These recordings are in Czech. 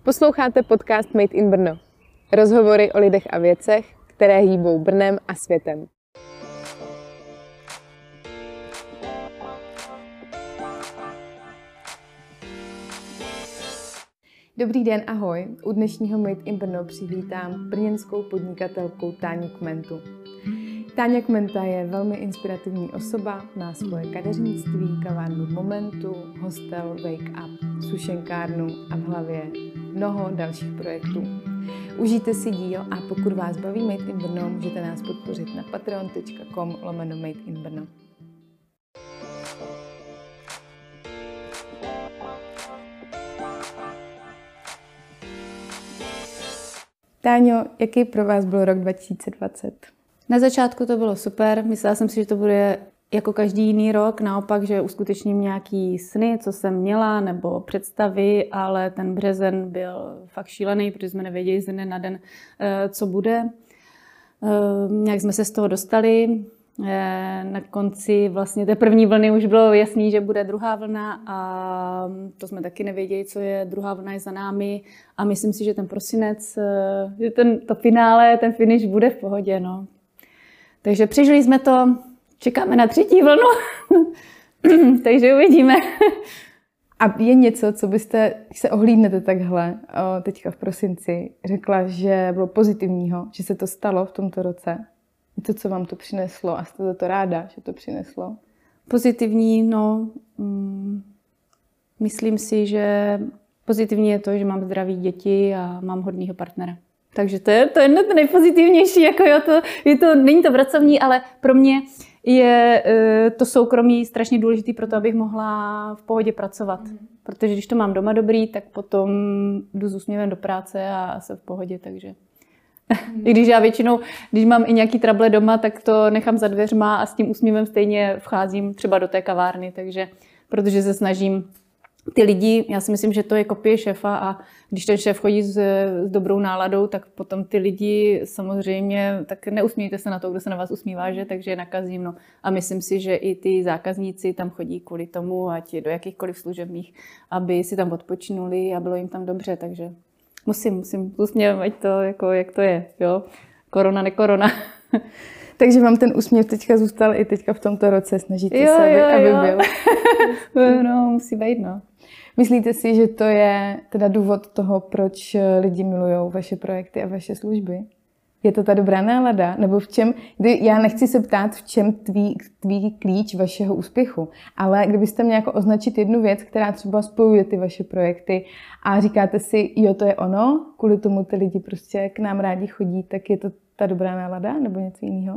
Posloucháte podcast Made in Brno. Rozhovory o lidech a věcech, které hýbou Brnem a světem. Dobrý den, ahoj. U dnešního Made in Brno přivítám brněnskou podnikatelku Táňu Kmentu. Táňa Kmenta je velmi inspirativní osoba, má svoje kadeřnictví, kavárnu Momentu, hostel Wake Up, sušenkárnu a v hlavě mnoho dalších projektů. Užijte si díl a pokud vás baví Made in Brno, můžete nás podpořit na patreon.com/Made in Brno. Táňo, jaký pro vás byl rok 2020? Na začátku to bylo super, myslela jsem si, že to bude jako každý jiný rok, naopak, že uskutečním nějaký sny, co jsem měla, nebo představy, ale ten březen byl fakt šílený, protože jsme nevěděli z dne na den, co bude. Nějak jsme se z toho dostali. Na konci vlastně té první vlny už bylo jasný, že bude druhá vlna a to jsme taky nevěděli, co je druhá vlna je za námi a myslím si, že ten prosinec, že to finále, ten finish bude v pohodě. No. Takže přežili jsme to, čekáme na třetí vlnu, takže uvidíme. A je něco, co byste, když se ohlídnete takhle teďka v prosinci, řekla, že bylo pozitivního, že se to stalo v tomto roce? Je to, co vám to přineslo a jste za to ráda, že to přineslo? Pozitivní, no, myslím si, že pozitivní je to, že mám zdraví děti a mám hodného partnera. Takže to je to nejpozitivnější, jako není to pracovní, ale pro mě je to soukromí strašně důležitý pro to, abych mohla v pohodě pracovat. Protože když to mám doma dobrý, tak potom jdu s úsměvem do práce a jsem v pohodě, takže... I když já většinou, když mám i nějaký trable doma, tak to nechám za dveřma a s tím úsměvem stejně vcházím třeba do té kavárny, takže protože se snažím ty lidi, já si myslím, že to je kopie šéfa a když ten šéf chodí s dobrou náladou, tak potom ty lidi samozřejmě, tak neusmějte se na to, kdo se na vás usmívá, že? Takže je nakazím. No. A myslím si, že i ty zákazníci tam chodí kvůli tomu, ať do jakýchkoliv služebních, aby si tam odpočinuli a bylo jim tam dobře, takže musím usměvat, ať to, jako, jak to je, jo? Korona, nekorona. Takže vám ten úsměv teďka zůstal i teďka v tomto roce, snažíte se, aby byl. No, musí být, no. Myslíte si, že to je teda důvod toho, proč lidi milujou vaše projekty a vaše služby? Je to ta dobrá nálada? Nebo v čem, já nechci se ptát, v čem tví klíč vašeho úspěchu, ale kdybyste měli jako označit jednu věc, která třeba spojuje ty vaše projekty a říkáte si, jo, to je ono, kvůli tomu ty lidi prostě k nám rádi chodí, tak je to ta dobrá nálada nebo něco jiného?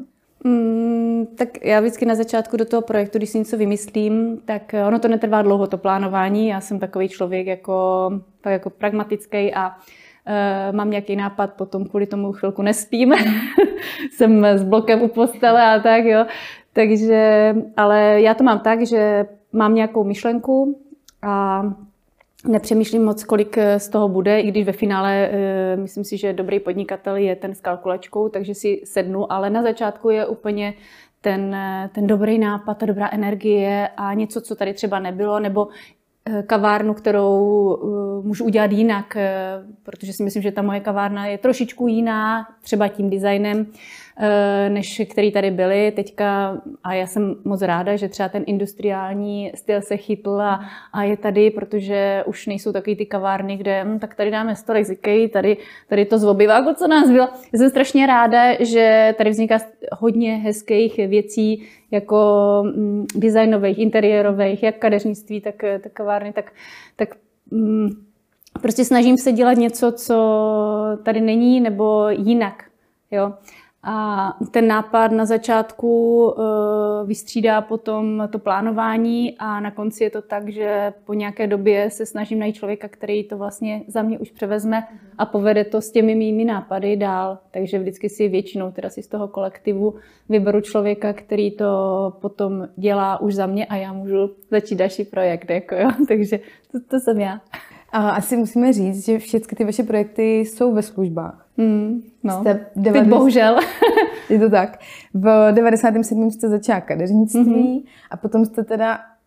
Tak já vždycky na začátku do toho projektu, když si něco vymyslím, tak ono to netrvá dlouho, to plánování. Já jsem takový člověk jako pragmatický a mám nějaký nápad, potom kvůli tomu chvilku nespím. Jsem s blokem u postele a tak, jo. Takže, ale já to mám tak, že mám nějakou myšlenku a nepřemýšlím moc, kolik z toho bude, i když ve finále myslím si, že dobrý podnikatel je ten s kalkulačkou, takže si sednu, ale na začátku je úplně ten dobrý nápad, ta dobrá energie a něco, co tady třeba nebylo, nebo kavárnu, kterou můžu udělat jinak, protože si myslím, že ta moje kavárna je trošičku jiná, třeba tím designem, než který tady byly teďka. A já jsem moc ráda, že třeba ten industriální styl se chytl a je tady, protože už nejsou takový ty kavárny, kde tak tady dáme stolek z IKEA, tady to z obyváku, co nás bylo. Já jsem strašně ráda, že tady vzniká hodně hezkých věcí, jako designových, interiérových, jak kadeřnictví, tak kavárny, tak prostě snažím se dělat něco, co tady není, nebo jinak. Jo? A ten nápad na začátku vystřídá potom to plánování a na konci je to tak, že po nějaké době se snažím najít člověka, který to vlastně za mě už převezme a povede to s těmi mými nápady dál. Takže vždycky si většinou teda si z toho kolektivu vyberu člověka, který to potom dělá už za mě a já můžu začít další projekt. Jako jo. Takže to jsem já. A asi musíme říct, že všechny ty vaše projekty jsou ve službách. No, teď bohužel. Je to tak. V 97. jste začala kadeřnictví a potom jste teda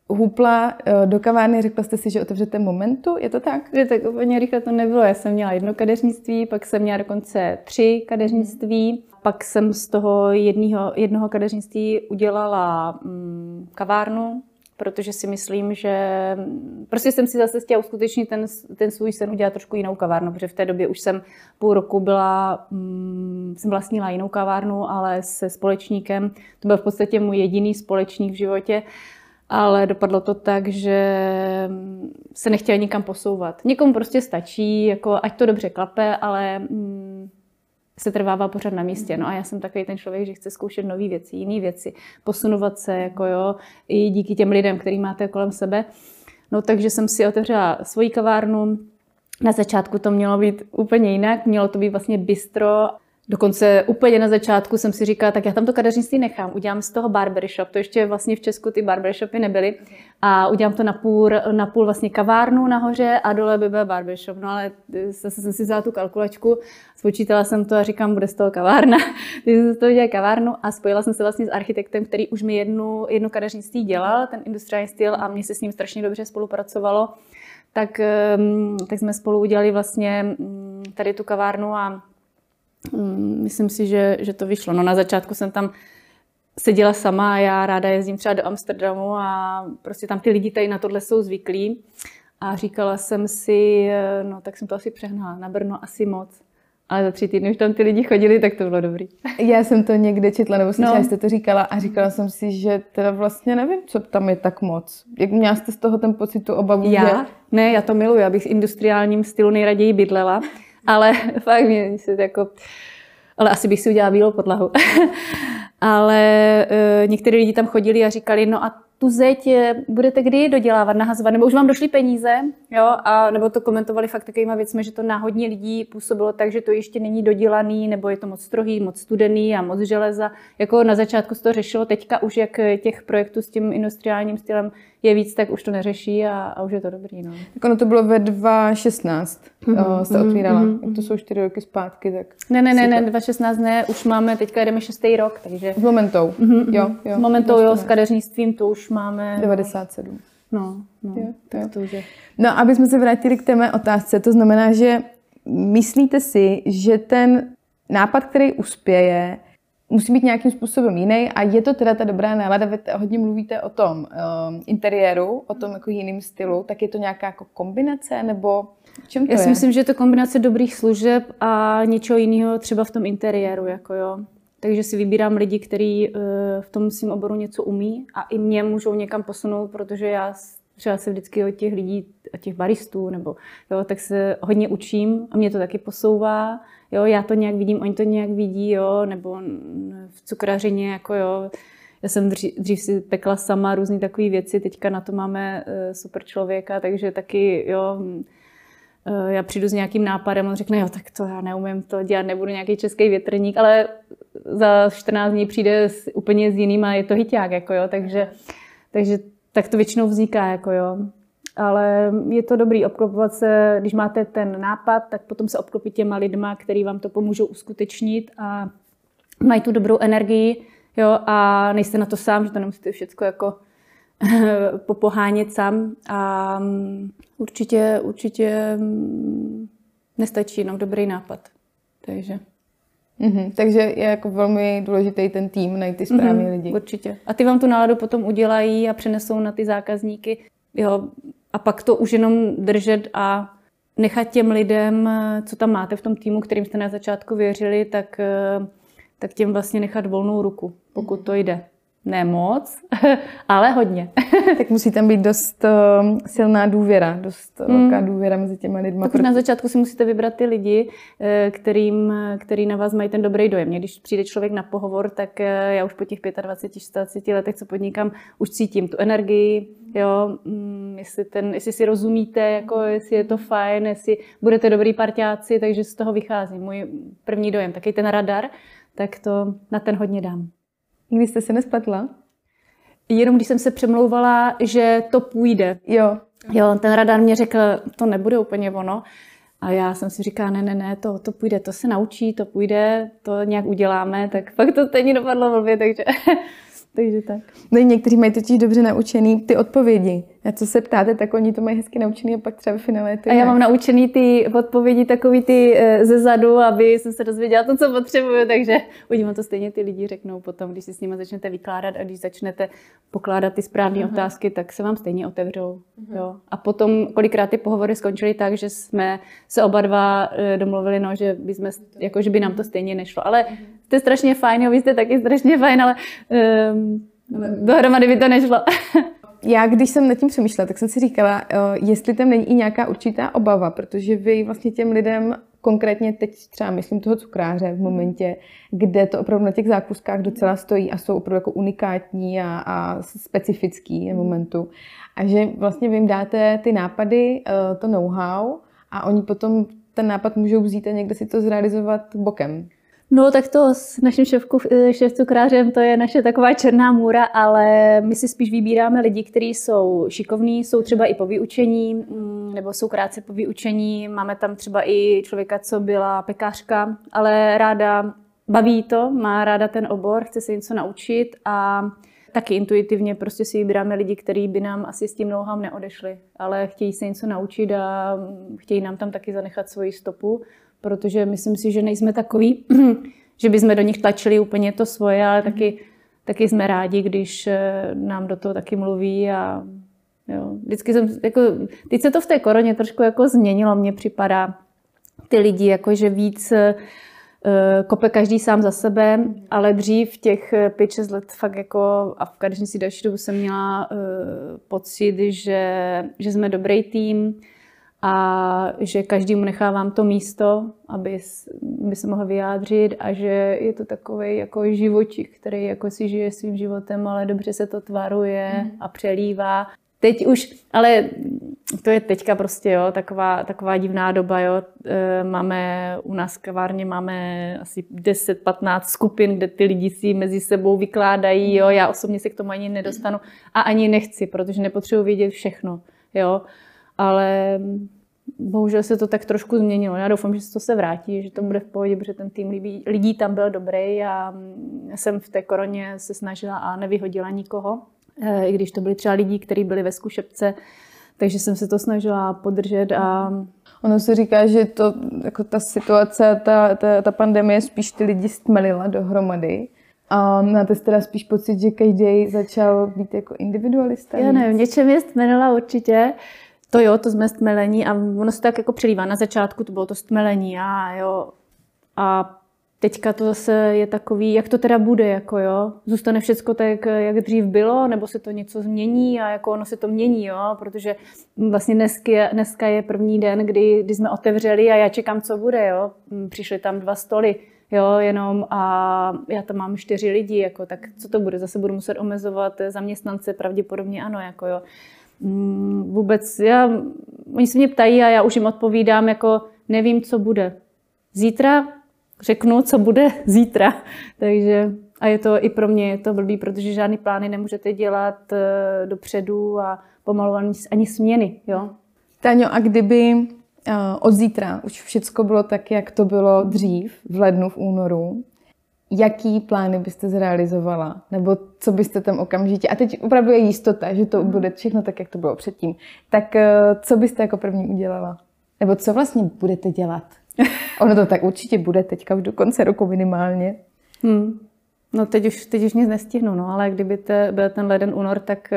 hupla do kavárny, řekla jste si, že otevřete Momentu, je to tak? Že tak úplně rychle to nebylo. Já jsem měla 1 kadeřnictví, pak jsem měla dokonce 3 kadeřnictví, pak jsem z toho jednoho kadeřnictví udělala kavárnu, protože si myslím, že prostě jsem si zase chtěla uskutečnit ten svůj sen udělat trošku jinou kavárnu, protože v té době už jsem půl roku jsem vlastnila jinou kavárnu, ale se společníkem. To byl v podstatě můj jediný společník v životě, ale dopadlo to tak, že se nechtěla nikam posouvat. Někomu prostě stačí, jako ať to dobře klape, ale se trvává pořád na místě. No a já jsem takový ten člověk, že chce zkoušet nové věci, jiné věci, posunovat se, jako jo, i díky těm lidem, který máte kolem sebe. No takže jsem si otevřela svoji kavárnu. Na začátku to mělo být úplně jinak, mělo to být vlastně bistro. Dokonce úplně na začátku jsem si říkala, tak já tam to kadeřnictví nechám, udělám z toho barbershop, to ještě vlastně v Česku ty barbershopy nebyly, a udělám to na půl vlastně kavárnu nahoře a dole by byl barbershop. No ale zase jsem si vzala tu kalkulačku, spočítala jsem to a říkám, bude z toho kavárna. Když jsem z toho udělala kavárnu a spojila jsem se vlastně s architektem, který už mi jednu kadeřnictví dělal, ten industriální styl, a mně se s ním strašně dobře spolupracovalo. Tak jsme spolu udělali vlastně tady tu kavárnu a myslím si, že to vyšlo. No na začátku jsem tam seděla sama a já ráda jezdím třeba do Amsterdamu a prostě tam ty lidi tady na tohle jsou zvyklí. A říkala jsem si, no tak jsem to asi přehnala, na Brno asi moc. Ale za 3 týdny už tam ty lidi chodili, tak to bylo dobrý. Já jsem to někde četla, nebo slyšela, jste to říkala, a říkala jsem si, že teda vlastně nevím, co tam je tak moc. Jak měla jste z toho ten pocit, tu obavu? Ne, já to miluji, já bych v industriálním stylu nejraději bydlela. Ale fakt mě se jako... Ale asi bych si udělala bílou podlahu. Ale některý lidi tam chodili a říkali, no a tu zeď budete kdy dodělávat, nahazovat, nebo už vám došly peníze, jo, a nebo to komentovali fakt takovýma věcmi, že to na hodně lidí působilo tak, že to ještě není dodělaný, nebo je to moc strohý, moc studený a moc železa. Jako na začátku se to řešilo, teďka už jak těch projektů s tím industriálním stylem je víc, tak už to neřeší a už je to dobrý. No. Tak ono to bylo ve 2016, jste otvírala. To jsou 4 roky zpátky, tak... Ne, 2016 ne, už máme, teďka jdeme 6. rok, takže... S Momentou, jo. S Momentou, jo, s kadeřnictvím to už máme... 97. No, tak to už je. No, aby jsme se vrátili k té mé otázce, to znamená, že myslíte si, že ten nápad, který uspěje, musí být nějakým způsobem jiný, a je to teda ta dobrá nálada, vy hodně mluvíte o tom interiéru, o tom jako jiným stylu, tak je to nějaká jako kombinace, nebo čem to Já si myslím, že je to kombinace dobrých služeb a něčeho jiného třeba v tom interiéru, jako jo. Takže si vybírám lidi, kteří v tom svým oboru něco umí a i mě můžou někam posunout, protože já třeba se vždycky od těch lidí, od těch baristů, nebo jo, tak se hodně učím a mě to taky posouvá. Jo, já to nějak vidím, oni to nějak vidí, jo, nebo v cukrařině, jako jo. Já jsem dřív si pekla sama různé takové věci, teďka na to máme super člověka, takže taky, jo, já přijdu s nějakým nápadem, on řekne, jo, tak to já neumím to dělat, nebudu nějaký český větrník, ale za 14 dní přijde úplně s jiným a je to hyťák, jako jo, takže tak to většinou vzniká, jako jo. Ale je to dobrý obklopovat se, když máte ten nápad, tak potom se obklopit těma lidma, který vám to pomůžou uskutečnit a mají tu dobrou energii, jo, a nejste na to sám, že to nemusíte všechno jako popohánět sám a určitě nestačí jenom dobrý nápad. Takže. Takže je jako velmi důležitý ten tým, najít ty správný lidi. Určitě. A ty vám tu náladu potom udělají a přenesou na ty zákazníky. Jo, a pak to už jenom držet a nechat těm lidem, co tam máte v tom týmu, kterým jste na začátku věřili, tak těm vlastně nechat volnou ruku, pokud to jde. Ne moc, ale hodně. Tak musí tam být dost silná důvěra, dost velká důvěra mezi těma lidma. Tak na začátku si musíte vybrat ty lidi, který na vás mají ten dobrý dojem. Když přijde člověk na pohovor, tak já už po těch 25-40 letech, co podnikám, už cítím tu energii, jo, jestli si rozumíte, jako jestli je to fajn, jestli budete dobrý parťáci, takže z toho vychází můj první dojem. Taky ten radar, tak to na ten hodně dám. Nikdy jste se nespletla? Jenom když jsem se přemlouvala, že to půjde. Jo, ten radar mě řekl, to nebude úplně ono. A já jsem si říkala, ne, to půjde, to se naučí, to půjde, to nějak uděláme. Tak pak to stejně dopadlo blbě, Takže tak. No někteří mají totiž dobře naučený ty odpovědi. Na co se ptáte, tak oni to mají hezky naučený a pak třeba v finále to. A já mám naučený ty odpovědi takový ty ze zadu, aby jsem se dozvěděla to, co potřebuju, takže oni vám to stejně ty lidi řeknou potom, když si s nimi začnete vykládat a když začnete pokládat ty správné otázky, tak se vám stejně otevřou. Jo. A potom kolikrát ty pohovory skončily tak, že jsme se oba dva domluvili, no, že by nám to stejně nešlo. Ale jste strašně fajn, jo, vy jste taky strašně fajn, ale dohromady by to nešlo. Já, když jsem nad tím přemýšlela, tak jsem si říkala, jestli tam není i nějaká určitá obava, protože vy vlastně těm lidem, konkrétně teď třeba myslím toho cukráře v momentě, kde to opravdu na těch zákuskách docela stojí a jsou opravdu jako unikátní a specifický na momentu. A že vlastně vy jim dáte ty nápady, to know-how a oni potom ten nápad můžou vzít a někde si to zrealizovat bokem. No tak to s naším šéfcukrářem to je naše taková černá můra, ale my si spíš vybíráme lidi, kteří jsou šikovní, jsou třeba i po vyučení, nebo jsou krátce po vyučení. Máme tam třeba i člověka, co byla pekařka, ale ráda baví to, má ráda ten obor, chce se něco naučit a taky intuitivně prostě si vybíráme lidi, kteří by nám asi s tím know-how neodešli, ale chtějí se něco naučit a chtějí nám tam taky zanechat svoji stopu. Protože myslím si, že nejsme takový, že bychom do nich tlačili úplně to svoje, ale taky jsme rádi, když nám do toho taky mluví. A jo, vždycky teď se to v té koroně trošku jako změnilo, mně připadá ty lidi, jako že víc kope každý sám za sebe, ale dřív těch 5-6 let fakt jako, a v každém další dobu jsem měla pocit, že jsme dobrý tým, a že každému nechávám to místo, aby se mohl vyjádřit a že je to takový jako živočich, který jako si žije svým životem, ale dobře se to tvaruje a přelívá. Teď už, ale to je teďka prostě, jo, taková divná doba, jo. Máme u nás v kavárně máme asi 10-15 skupin, kde ty lidi si mezi sebou vykládají, jo. Já osobně se k tomu ani nedostanu a ani nechci, protože nepotřebuji vědět všechno, jo. Ale bohužel se to tak trošku změnilo. Já doufám, že se to se vrátí, že to bude v pohodě, protože ten tým lidí tam byl dobrý a já jsem v té koroně se snažila a nevyhodila nikoho, i když to byli třeba lidi, kteří byli ve zkušebce, takže jsem se to snažila podržet. A ono se říká, že to, jako ta situace, ta pandemie spíš ty lidi stmelila dohromady. A máte teda spíš pocit, že každý začal být jako individualista? Já nevím, něčem je stmelila určitě. To jo, to jsme stmelení a ono se tak jako přelívá. Na začátku to bylo to stmelení a teďka to zase je takový, jak to teda bude, jako jo. Zůstane všecko tak, jak dřív bylo, nebo se to něco změní a jako ono se to mění, jo, protože vlastně dneska je první den, kdy jsme otevřeli a já čekám, co bude, jo. Přišly tam 2 stoly, jo, jenom a já tam mám 4 lidi, jako tak co to bude, zase budu muset omezovat zaměstnance, pravděpodobně ano, jako jo. Vůbec, oni se mě ptají a já už jim odpovídám, jako nevím, co bude. Zítra řeknu, co bude zítra. Takže, a je to i pro mě je to blbý, protože žádný plány nemůžete dělat dopředu a pomalu ani směny. Jo? Táňo, a kdyby od zítra už všecko bylo tak, jak to bylo dřív, v lednu, v únoru, jaký plány byste zrealizovala? Nebo co byste tam okamžitě... A teď opravdu je jistota, že to bude všechno tak, jak to bylo předtím. Tak co byste jako první udělala? Nebo co vlastně budete dělat? Ono to tak určitě bude teďka už do konce roku minimálně. No teď už nic nestihnu, no, ale kdyby byl ten leden, únor, tak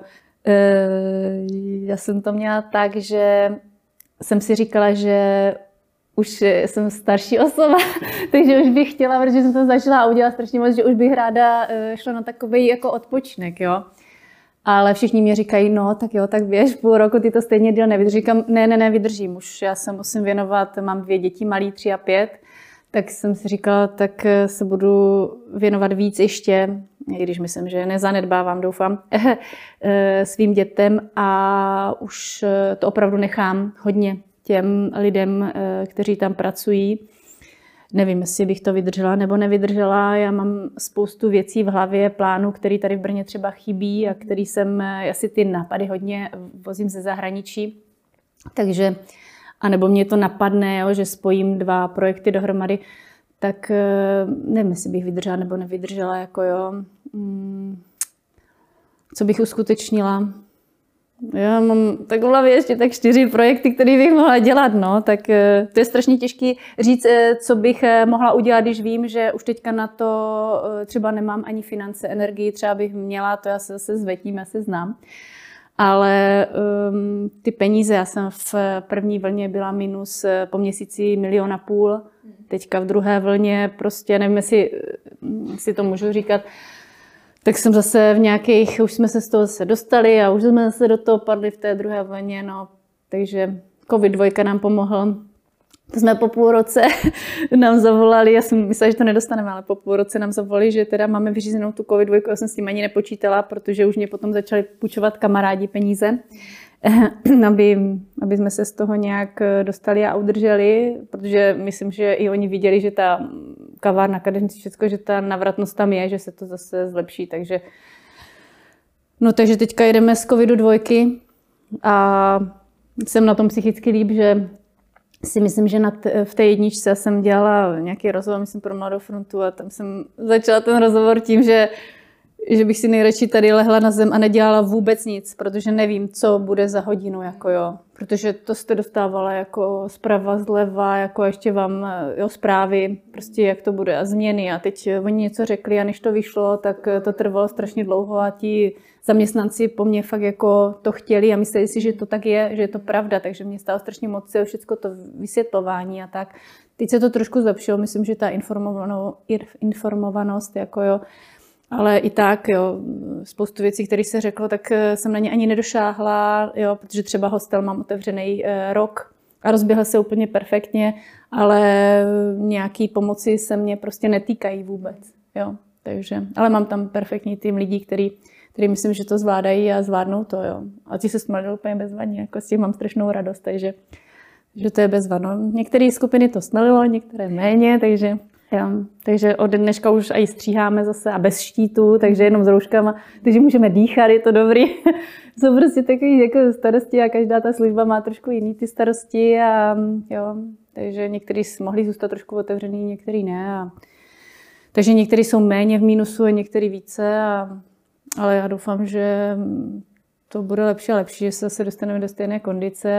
já jsem to měla tak, že jsem si říkala, že už jsem starší osoba, takže už bych chtěla, protože jsem to začala a udělala strašně moc, že už bych ráda šla na takový jako odpočinek, jo. Ale všichni mě říkají, no tak jo, tak běž, půl roku ty to stejně díl nevydrží. Říkám, ne, vydržím, už já se musím věnovat, mám 2 děti, malý 3 a 5, tak jsem si říkala, tak se budu věnovat víc ještě, i když myslím, že nezanedbávám, doufám, svým dětem a už to opravdu nechám hodně těm lidem, kteří tam pracují. Nevím, jestli bych to vydržela nebo nevydržela. Já mám spoustu věcí v hlavě, plánů, který tady v Brně třeba chybí a který jsem, asi ty nápady hodně vozím ze zahraničí. Takže, anebo mě to napadne, jo, že spojím 2 projekty dohromady, tak nevím, jestli bych vydržela nebo nevydržela. Jako jo. Co bych uskutečnila? Já mám tak v hlavě ještě tak 4 projekty, které bych mohla dělat, no, tak to je strašně těžké říct, co bych mohla udělat, když vím, že už teďka na to třeba nemám ani finance, energii, třeba bych měla, to já se zase zvetím, já se znám. Ale ty peníze, já jsem v první vlně byla minus po měsíci 1,5 milionu, teďka v druhé vlně prostě, nevím, jestli to můžu říkat, tak jsem zase v nějakých, už jsme se z toho zase dostali a už jsme se do toho padli v té druhé vlně, no, takže COVID-2 nám pomohl. To jsme po půl roce nám zavolali, já jsem myslela, že to nedostaneme, ale po půl roce nám zavolali, že teda máme vyřízenou tu COVID-2, já jsem s tím ani nepočítala, protože už mě potom začali půjčovat kamarádi peníze, aby jsme se z toho nějak dostali a udrželi, protože myslím, že i oni viděli, že ta kavárna, kadeřnice, všechno, že ta navratnost tam je, že se to zase zlepší, takže teďka jedeme z COVID-2 a jsem na tom psychicky líp, že si myslím, že v té jedničce jsem dělala nějaký rozhovor, myslím, pro Mladou frontu a tam jsem začala ten rozhovor tím, že bych si nejradši tady lehla na zem a nedělala vůbec nic, protože nevím, co bude za hodinu, jako jo. Protože to jste dostávala jako zprava, zleva, jako ještě vám zprávy, prostě jak to bude a změny. A teď oni něco řekli a než to vyšlo, tak to trvalo strašně dlouho a ti zaměstnanci po mně fakt jako to chtěli a mysleli si, že to tak je, že je to pravda, takže mě stálo strašně moc všechno to vysvětlování a tak. Teď se to trošku zlepšilo, myslím, že ta informovanost, jako jo, ale i tak, jo, spoustu věcí, které se řeklo, tak jsem na ně ani nedošáhla, jo, protože třeba hostel mám otevřený rok a rozběhl se úplně perfektně, ale nějaký pomoci se mě prostě netýkají vůbec, jo, takže, ale mám tam perfektní tým lidí, který myslím, že to zvládají a zvládnou to, jo. A ti se směli úplně bezvadně, jako s tím mám strašnou radost, takže že to je bezvadno. Některé skupiny to smelilo, některé méně, takže jo. Takže od dneška už i stříháme zase a bez štítu, takže jenom s rouškama, takže můžeme dýchat, je to dobrý. Jsou prostě takový jako starosti a každá ta služba má trošku jiný ty starosti a jo, takže někteří mohli zůstat trošku otevřený, někteří ne. Takže někteří jsou méně v mínusu a někteří více, ale já doufám, že to bude lepší a lepší, že se zase dostaneme do stejné kondice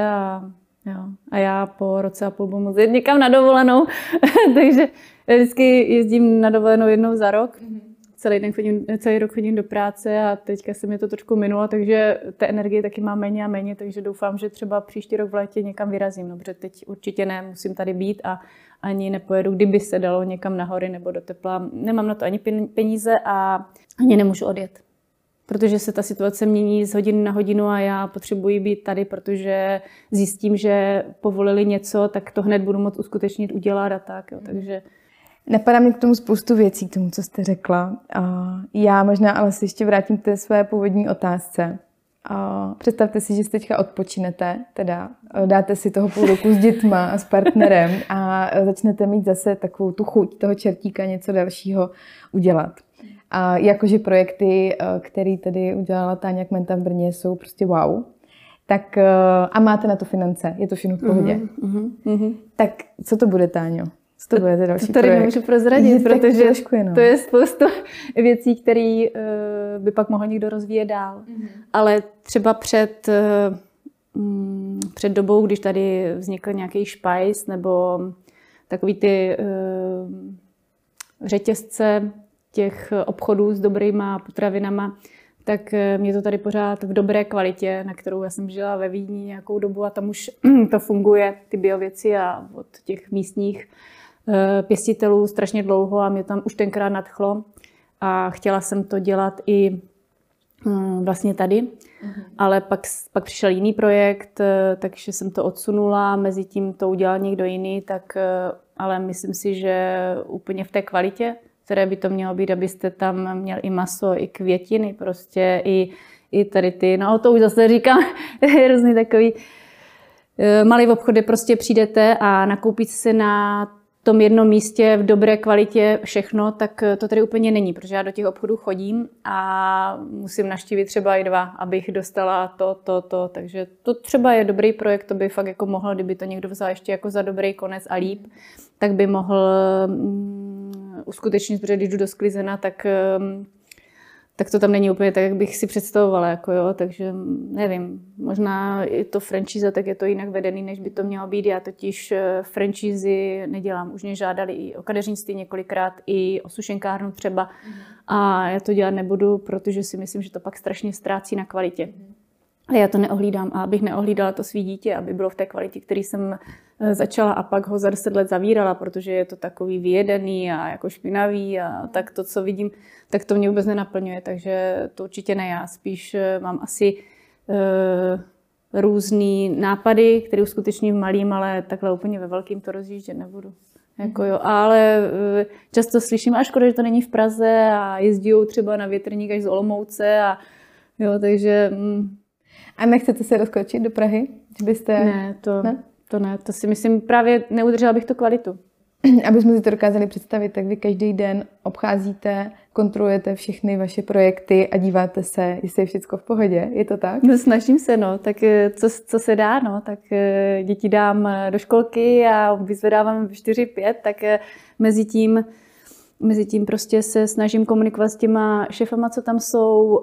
a já po roce a půl budu moct jít někam na dovolenou, takže vždycky jezdím na dovolenou jednou za rok. Celý rok chodím do práce a teďka se mi to trošku minulo, takže té energie taky mám méně a méně, takže doufám, že třeba příští rok v létě někam vyrazím, no, protože teď určitě ne, musím tady být a ani nepojedu, kdyby se dalo někam na hory nebo do tepla. Nemám na to ani peníze a ani nemůžu odjet, protože se ta situace mění z hodiny na hodinu a já potřebuji být tady, protože zjistím, že povolili něco, tak to hned budu moct uskutečnit, udělat a tak, jo, takže napadá mě k tomu spoustu věcí, k tomu, co jste řekla. Já možná ale se ještě vrátím k té své původní otázce. Představte si, že si teďka odpočinete, teda dáte si toho půl roku s dětma a s partnerem a začnete mít zase takovou tu chuť toho čertíka něco dalšího udělat. A jakože projekty, které tady udělala Táňa Kmenta v Brně, jsou prostě wow. Tak a máte na to finance, je to všechno v pohodě. Tak co to bude, Táňo? To bude další tady projekt. Nemůžu prozradit, protože trošku, no. To je spoustu věcí, které by pak mohl někdo rozvíjet dál. Ale třeba před dobou, když tady vznikl nějaký špajs nebo takový ty řetězce těch obchodů s dobrýma potravinama, tak mě to tady pořád v dobré kvalitě, na kterou já jsem žila ve Vídni nějakou dobu a tam už to funguje, ty biověci a od těch místních pěstitelů strašně dlouho a mě tam už tenkrát nadchlo a chtěla jsem to dělat i vlastně tady, ale pak přišel jiný projekt, takže jsem to odsunula, mezi tím to udělal někdo jiný, tak ale myslím si, že úplně v té kvalitě, které by to mělo být, abyste tam měl i maso, i květiny, prostě i tady ty, no to už zase říkám, je hrozný takový malý obchod, kde prostě přijdete a nakoupíte si na tom jednom místě v dobré kvalitě všechno, tak to tady úplně není, protože já do těch obchodů chodím a musím navštívit třeba i 2, abych dostala to. Takže to třeba je dobrý projekt, to by fakt jako mohl, kdyby to někdo vzal ještě jako za dobrý konec a líp, tak by mohl uskutečnit, protože když jdu do sklizena, tak tak to tam není úplně tak, jak bych si představovala, jako jo, takže nevím, možná i to franšíza, tak je to jinak vedený, než by to mělo být. Já totiž franšízy nedělám, už mě žádali i o kadeřnictví několikrát, i o sušenkárnu třeba a já to dělat nebudu, protože si myslím, že to pak strašně ztrácí na kvalitě. A já to neohlídám a abych neohlídala to svý dítě, aby bylo v té kvalitě, který jsem začala a pak ho za 10 let zavírala, protože je to takový vyjedený a jako špinavý a tak to, co vidím, tak to mě vůbec nenaplňuje, takže to určitě ne. Já spíš mám asi různý nápady, které uskutečním v malým, ale takhle úplně ve velkým to rozjíždět nebudu. Jako jo, ale často slyším, a škoda, že to není v Praze a jezdí třeba na větrník až z Olomouce a jo, takže... A nechcete se rozkočit do Prahy? Že byste... Ne, to si myslím, právě neudržela bych tu kvalitu. Aby jsme si to dokázali představit, tak vy každý den obcházíte, kontrolujete všechny vaše projekty a díváte se, jestli je všechno v pohodě. Je to tak? No, snažím se, no. Tak co se dá, no. Tak děti dám do školky a vyzvedávám v 4-5, tak mezi tím prostě se snažím komunikovat s těma šefama, co tam jsou,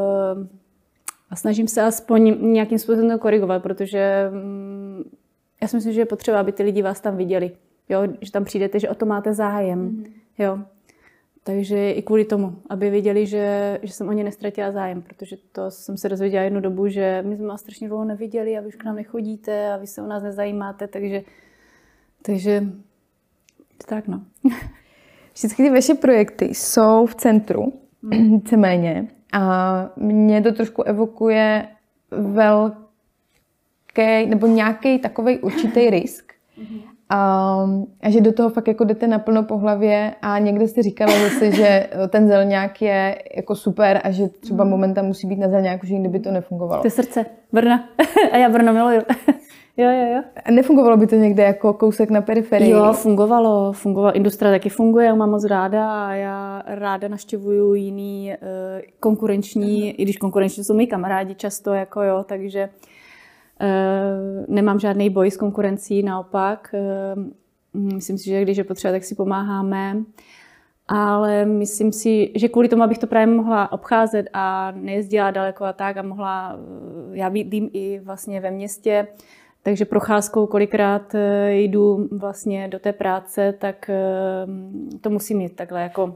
a snažím se aspoň nějakým způsobem to korigovat, protože já si myslím, že je potřeba, aby ty lidi vás tam viděli. Jo? Že tam přijdete, že o to máte zájem. Jo? Takže i kvůli tomu, aby viděli, že jsem o ně nestratila zájem, protože to jsem se dozvěděla jednu dobu, že my jsme vás strašně dlouho neviděli a vy už k nám nechodíte a vy se o nás nezajímáte, takže tak no. Všechny ty vaše projekty jsou v centru, víceméně. A mě to trošku evokuje velký, nebo nějaký takovej určitý risk. A že do toho fakt jako jdete naplno po hlavě a někde jste říkala zase, že ten Zelňák je jako super a že třeba momentem musí být na Zelňáku, že jiný by to nefungovalo. To je srdce, Brna. A já Brno miluju. Jo. A nefungovalo by to někde jako kousek na periferii? Jo, fungovalo. Industria taky funguje, mám moc ráda a já ráda navštěvuju jiný konkurenční, i když konkurenční jsou mý kamarádi často, jako jo, takže nemám žádný boj s konkurencí, naopak. Myslím si, že když je potřeba, tak si pomáháme. Ale myslím si, že kvůli tomu, abych to právě mohla obcházet a nejezdila daleko a tak a mohla, já bydlím i vlastně ve městě, takže procházkou kolikrát jdu vlastně do té práce, tak to musím mít takhle jako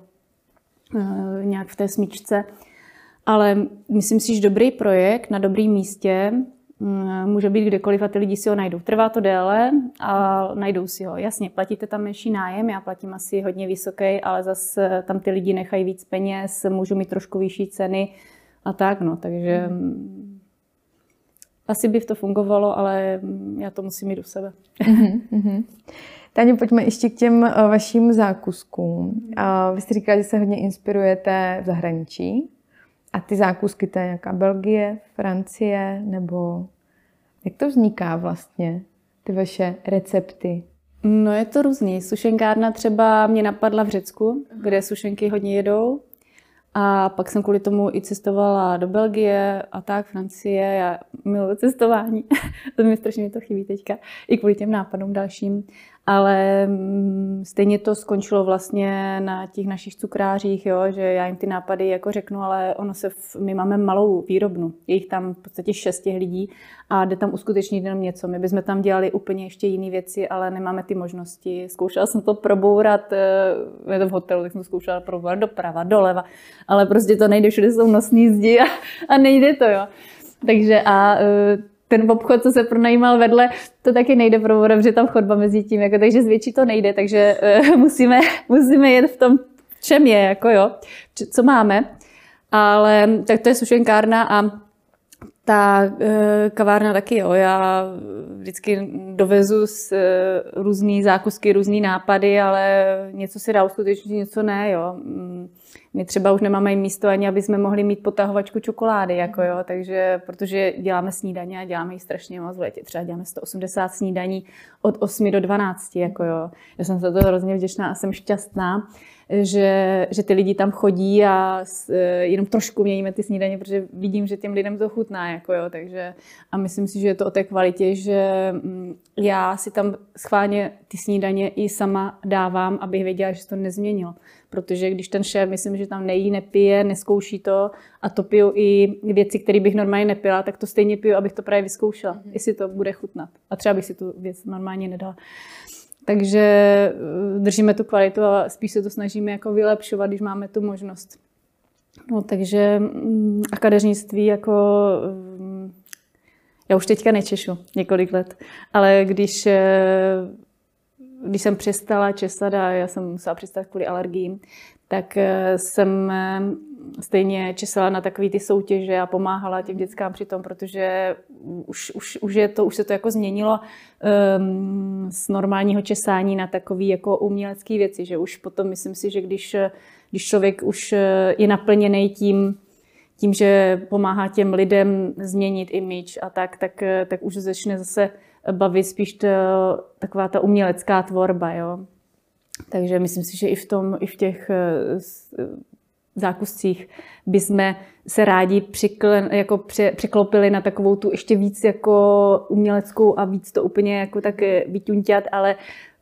nějak v té smyčce. Ale myslím si, že dobrý projekt na dobrém místě může být kdekoliv a ty lidi si ho najdou. Trvá to déle a najdou si ho. Jasně, platíte tam menší nájem, já platím asi hodně vysoký, ale zase tam ty lidi nechají víc peněz, můžu mít trošku vyšší ceny a tak, no, takže asi by to fungovalo, ale já to musím mít u sebe. Táňo, pojďme ještě k těm vašim zákuskům. Vy jste říkala, že se hodně inspirujete v zahraničí. A ty zákusky, to je nějaká Belgie, Francie, nebo jak to vzniká vlastně, ty vaše recepty? No je to různý. Sušenkárna třeba mě napadla v Řecku, kde sušenky hodně jedou. A pak jsem kvůli tomu i cestovala do Belgie a tak, Francie. Já miluji cestování. To mi strašně to chybí teďka. I kvůli těm nápadům dalším. Ale stejně to skončilo vlastně na těch našich cukrářích, jo, že já jim ty nápady jako řeknu, ale my máme malou výrobnu. Je jich tam v podstatě 6 lidí a jde tam uskutečnit jenom něco. My bychom tam dělali úplně ještě jiné věci, ale nemáme ty možnosti. Zkoušela jsem to probourat, je to v hotelu, tak jsem to zkoušela probourat doprava, doleva, ale prostě to nejde, všude jsou nosní zdi a nejde to, jo. Takže ten obchod, co se pronajímal vedle, to taky nejde probourat, protože tam chodba mezi tím, jako, takže zvětší to nejde, takže musíme jet v tom, v čem je, jako jo, co máme. Ale tak to je sušenkárna a ta kavárna taky, jo. Já vždycky dovezu různý zákusky, různý nápady, ale něco se dá uskutečnit, něco ne, jo. My třeba už nemáme místo ani, aby jsme mohli mít potahovačku čokolády, jako jo, takže, protože děláme snídaně a děláme jich strašně moc v létě. Třeba děláme 180 snídaní od 8 do 12, jako jo. Já jsem za to hrozně vděčná a jsem šťastná, že ty lidi tam chodí a jenom trošku měníme ty snídaně, protože vidím, že těm lidem to chutná, jako jo, takže a myslím si, že je to o té kvalitě, že já si tam schválně ty snídaně i sama dávám, abych věděla, že se to nezměnilo. Protože když ten šéf, my myslím, že tam nejí, nepije, neskouší to a to piju i věci, které bych normálně nepila, tak to stejně piju, abych to právě vyzkoušela, jestli to bude chutnat. A třeba bych si tu věc normálně nedala. Takže držíme tu kvalitu a spíš se to snažíme jako vylepšovat, když máme tu možnost. No, takže a kadeřnictví jako já už teďka nečešu několik let, ale když jsem přestala česat a já jsem musela přestat kvůli alergiím, tak jsem stejně česala na takové ty soutěže a pomáhala těm dětskám při tom, protože už se to jako změnilo z normálního česání na takové jako umělecké věci, že už potom myslím si, že když člověk už je naplněný tím, že pomáhá těm lidem změnit image a tak už začne zase bavit spíš taková ta umělecká tvorba, jo. Takže myslím si, že i v těch zákuscích bychom se rádi překlopili na takovou tu ještě víc jako uměleckou a víc to úplně jako tak vyťunťat, ale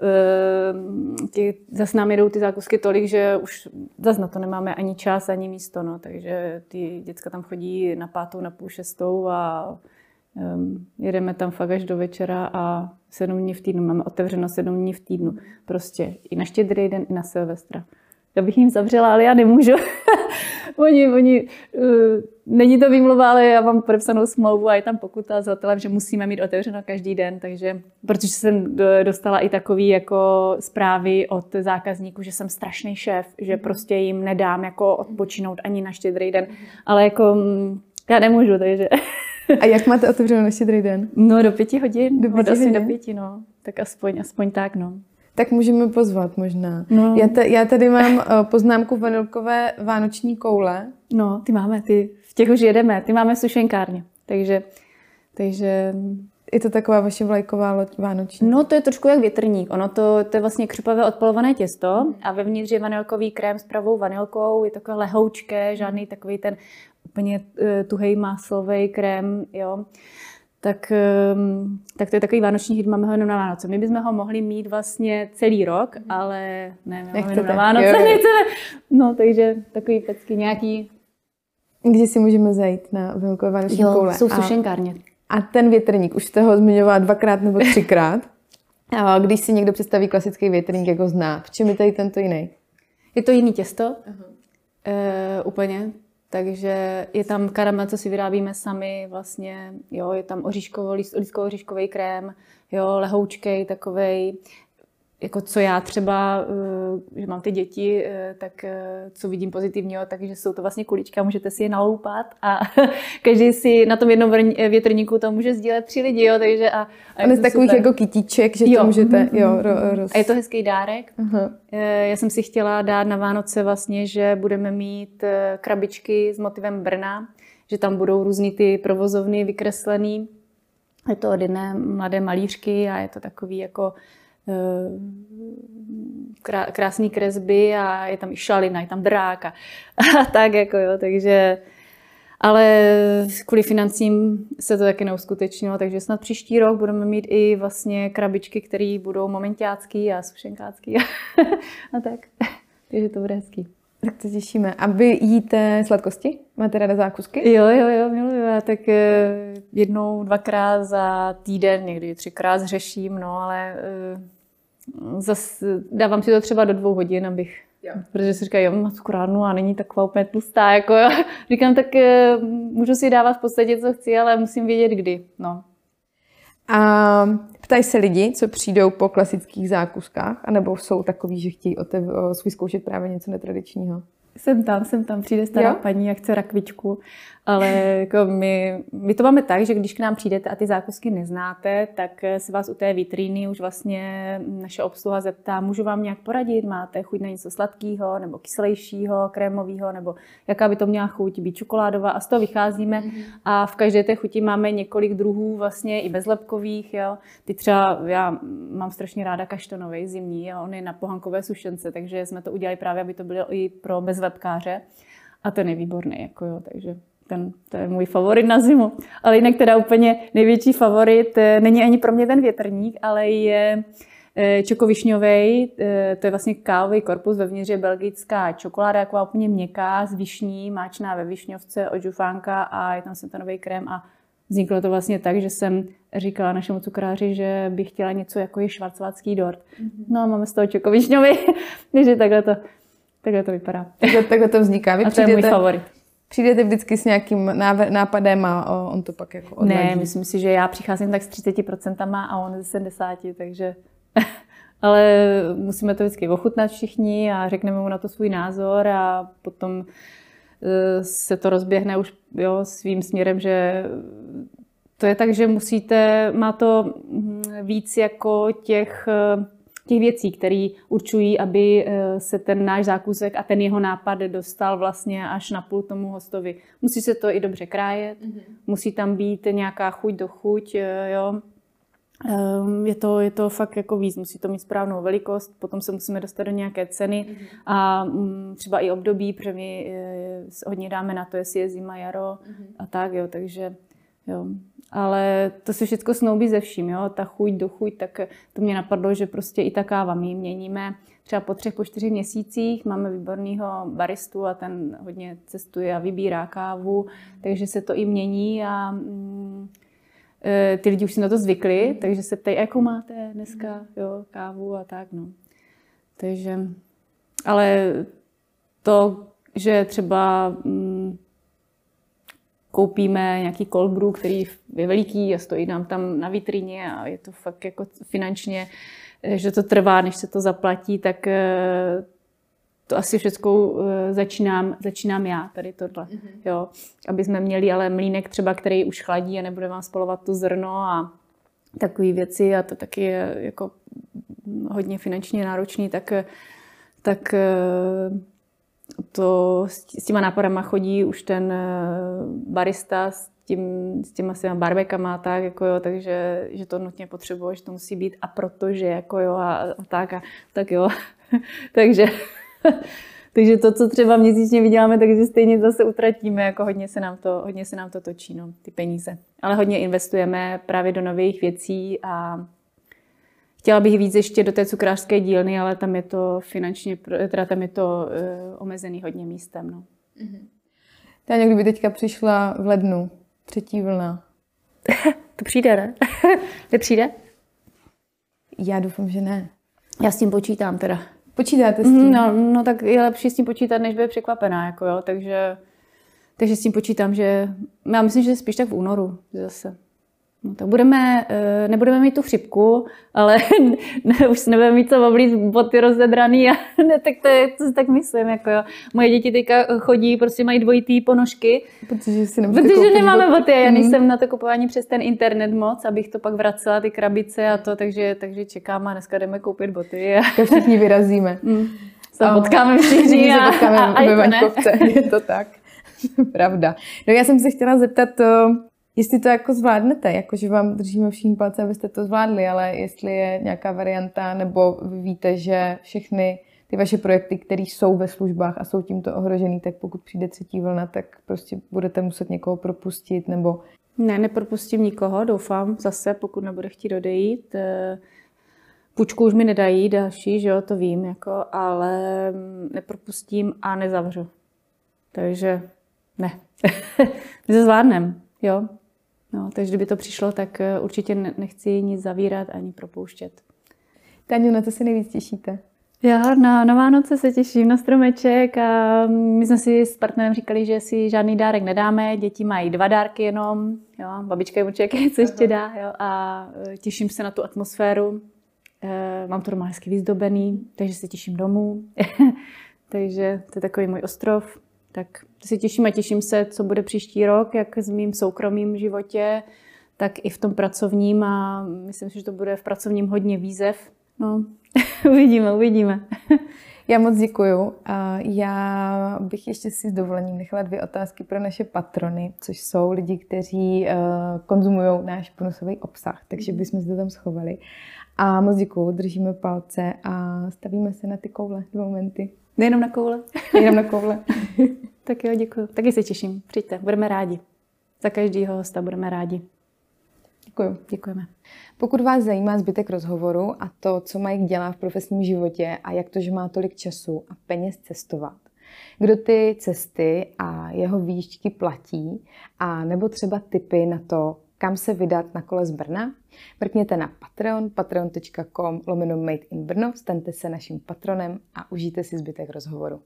zase nám jedou ty zákusky tolik, že už zase na to nemáme ani čas, ani místo, no. Takže ty děcka tam chodí na 5., na 5:30 a jedeme tam fakt až do večera a 7 dní v týdnu. Máme otevřeno 7 dní v týdnu. Prostě i na Štědrý den, i na Silvestra. Já bych jim zavřela, ale já nemůžu. Oni není to výmluva, ale já mám podepsanou smlouvu a je tam pokuta s hotelem, že musíme mít otevřeno každý den, takže protože jsem dostala i takový jako zprávy od zákazníků, že jsem strašný šéf, že prostě jim nedám jako odpočinout ani na Štědrý den, ale jako já nemůžu, takže... A jak máte otevřeno na Štědrý den? No do 5 hodin, do 5 hodin? Do 5, no. Tak aspoň tak, no. Tak můžeme pozvat možná. No. Já tady mám poznámku vanilkové vánoční koule. No, ty máme, v těch už jedeme, ty máme v sušenkárně, takže... Je to taková vaše vlajková loď vánoční? No, to je trošku jak větrník. Ono to je vlastně křupavé odpalované těsto a vevnitř je vanilkový krém s pravou vanilkou, je takové lehoučké, žádný takový ten úplně tuhej máslový krém, jo. Tak to je takový vánoční hit, máme ho jenom na Vánoce. My bychom ho mohli mít vlastně celý rok, ale ne, máme jenom na Vánoce. No, takže takový pecky nějaký. Kde si můžeme zajít na vanilkové vánoční koule? Jsou v sušenkárně. A ten větrník, už jste ho zmiňovala 2krát nebo 3krát. A když si někdo představí klasický větrník, jak ho zná, v čem je tady tento jiný? Je to jiný těsto, úplně. Takže je tam karamel, co si vyrábíme sami vlastně, jo, je tam lístkovo-oříškový krém, jo, lehoučkej takovej, jako co já třeba, že mám ty děti, tak co vidím pozitivního, takže jsou to vlastně kulička, můžete si je naloupat a každý si na tom jednom větrníku to může sdílet 3 lidi, jo, takže a on je z takových jako kytíček, že to můžete, A je to hezký dárek. Já jsem si chtěla dát na Vánoce vlastně, že budeme mít krabičky s motivem Brna, že tam budou různý ty provozovny vykreslený. Je to od jedné mladé malířky a je to takový jako krásný kresby a je tam i šalina, je tam drák a tak jako jo, takže ale kvůli financím se to taky neuskutečnilo, takže snad příští rok budeme mít i vlastně krabičky, které budou momentácký a sušenkácký a tak, takže to bude hezký. Tak to těšíme. A vy jíte sladkosti? Máte ráda zákusky? Jo, miluji. Tak 1, 2krát za týden, někdy 3krát řeším, no ale zase dávám si to třeba do 2 hodin, protože si říkají, jo, mám cukrárnu a není taková úplně tlustá, jako jo. Říkám, tak můžu si dávat v podstatě, co chci, ale musím vědět, kdy, no. A ptají se lidi, co přijdou po klasických zákuskách, anebo jsou takový, že chtějí vyzkoušet právě něco netradičního? Jsem tam, přijde stará paní a chce rakvičku, ale jako my to máme tak, že když k nám přijdete a ty zákusky neznáte, tak se vás u té vitríny už vlastně naše obsluha zeptá, můžu vám nějak poradit, máte chuť na něco sladkého nebo kyslejšího, krémového, nebo jaká by to měla chuť, být čokoládová a z toho vycházíme a v každé té chuti máme několik druhů vlastně i bezlepkových, jo. Ty třeba, já mám strašně ráda kaštanový zimní, jo. On je na pohankové sušence, takže jsme to udělali právě, aby to bylo i pro bezlepkáře a ten je výborný, jako jo, takže to je můj favorit na zimu. Ale jinak teda úplně největší favorit není ani pro mě ten větrník, ale je čokovišňovej, to je vlastně kávový korpus, vevnitř je belgická čokoláda, taková úplně měkká, z višní, máčná ve višňovce od žufánka a je tam smetanonový krém a vzniklo to vlastně tak, že jsem říkala našemu cukráři, že bych chtěla něco jako je švarcvátský dort. No a máme z toho čokovišňový, takže takhle to vypadá. Takhle to vzniká. A to je můj favorit. Přijdete vždycky s nějakým nápadem a on to pak jako odladí? Ne, myslím si, že já přicházím tak s 30% a on ze 70%, takže... Ale musíme to vždycky ochutnat všichni a řekneme mu na to svůj názor a potom se to rozběhne už svým směrem, že to je tak, že má to víc jako těch věcí, které určují, aby se ten náš zákusek a ten jeho nápad dostal vlastně až na půl tomu hostovi. Musí se to i dobře krájet, musí tam být nějaká chuť do chuť, jo. Je to fakt jako víc, musí to mít správnou velikost, potom se musíme dostat do nějaké ceny a třeba i období, protože my hodně dáme na to, jestli je zima, jaro a tak, jo, takže jo. Ale to se všechno snoubí ze vším, jo, ta chuť do chuť, tak to mě napadlo, že prostě i ta káva, my ji měníme třeba po 3, po 4 měsících, máme výborného baristu a ten hodně cestuje a vybírá kávu, takže se to i mění a ty lidi už si na to zvykli, takže se ptají, jakou máte dneska kávu a tak, no. Takže, ale to, že třeba koupíme nějaký cold brew, který je veliký a stojí nám tam na vitrině a je to fakt jako finančně, že to trvá, než se to zaplatí, tak to asi všechno začínám já, tady tohle. Jo. Aby jsme měli ale mlýnek třeba, který už chladí a nebude vám spalovat to zrno a takové věci a to taky je jako hodně finančně náročný, tak to s těma nápadama chodí už ten barista s těma svýma barbekama a tak, jako jo, takže že to nutně potřebuje, že to musí být a protože jako jo a tak jo. Takže to, co třeba měsíčně vyděláme, takže stejně zase utratíme, jako hodně se nám to točí, no, ty peníze. Ale hodně investujeme právě do nových věcí a chtěla bych víc ještě do té cukrářské dílny, ale tam je to finančně, teda tam je to omezený hodně místem, no. Táňo, kdyby teďka přišla v lednu 3. vlna. To přijde, ne? To přijde? Já doufám, že ne. Já s tím počítám teda. Počítáte s tím? No tak je lepší s tím počítat, než být překvapená, jako jo, takže s tím počítám, že já myslím, že spíš tak v únoru zase. No, tak nebudeme mít tu chřipku, ale už nebudeme mít co oblíct, boty rozedraný a tak to si tak myslím, jako jo. Moje děti teďka chodí, prostě mají dvojitý ponožky, protože nemáme boty a já nejsem na to kupování přes ten internet moc, abych to pak vracela, ty krabice a to, takže čekám a dneska jdeme koupit boty. To všichni vyrazíme. Se potkáme všichni a ve Vaňkovce, je to tak. Pravda. No já jsem se chtěla zeptat, jestli to jako zvládnete, jakože vám držíme všichni palce, abyste to zvládli, ale jestli je nějaká varianta, nebo vy víte, že všechny ty vaše projekty, které jsou ve službách a jsou tímto ohrožený, tak pokud přijde 3. vlna, tak prostě budete muset někoho propustit, nebo... Ne, nepropustím nikoho, doufám zase, pokud nebude chtít odejít. Půjčku už mi nedají další, že jo, to vím, jako, ale nepropustím a nezavřu. Takže ne. My to zvládneme, jo. No, takže kdyby to přišlo, tak určitě nechci nic zavírat ani propouštět. Táňo, na co se nejvíc těšíte? Já na Vánoce se těším, na stromeček a my jsme si s partnerem říkali, že si žádný dárek nedáme, děti mají 2 dárky jenom, jo, babička jim určitě něco ještě dá, jo, a těším se na tu atmosféru. Mám to doma hezky vyzdobený, takže se těším domů, takže to je takový můj ostrov. Tak se těším a těším se, co bude příští rok, jak s mým soukromým životě, tak i v tom pracovním a myslím si, že to bude v pracovním hodně výzev. No, uvidíme. Já moc děkuju. Já bych ještě si s dovolením nechala 2 otázky pro naše patrony, což jsou lidi, kteří konzumují náš bonusový obsah, takže bychom se to tam schovali. A moc děkuju, držíme palce a stavíme se na ty koule 2 momenty. Nejenom na koule. Jenom na koule. Tak jo, děkuju. Taky se těším. Přijďte, budeme rádi. Za každýho hosta budeme rádi. Děkuju. Děkujeme. Pokud vás zajímá zbytek rozhovoru a to, co Mike dělá v profesním životě a jak to, že má tolik času a peněz cestovat, kdo ty cesty a jeho výšky platí a nebo třeba tipy na to, kam se vydat na kole z Brna, mrkněte na Patreon, patreon.com/Made in Brno, staňte se naším patronem a užijte si zbytek rozhovoru.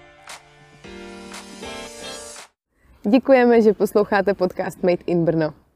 Děkujeme, že posloucháte podcast Made in Brno.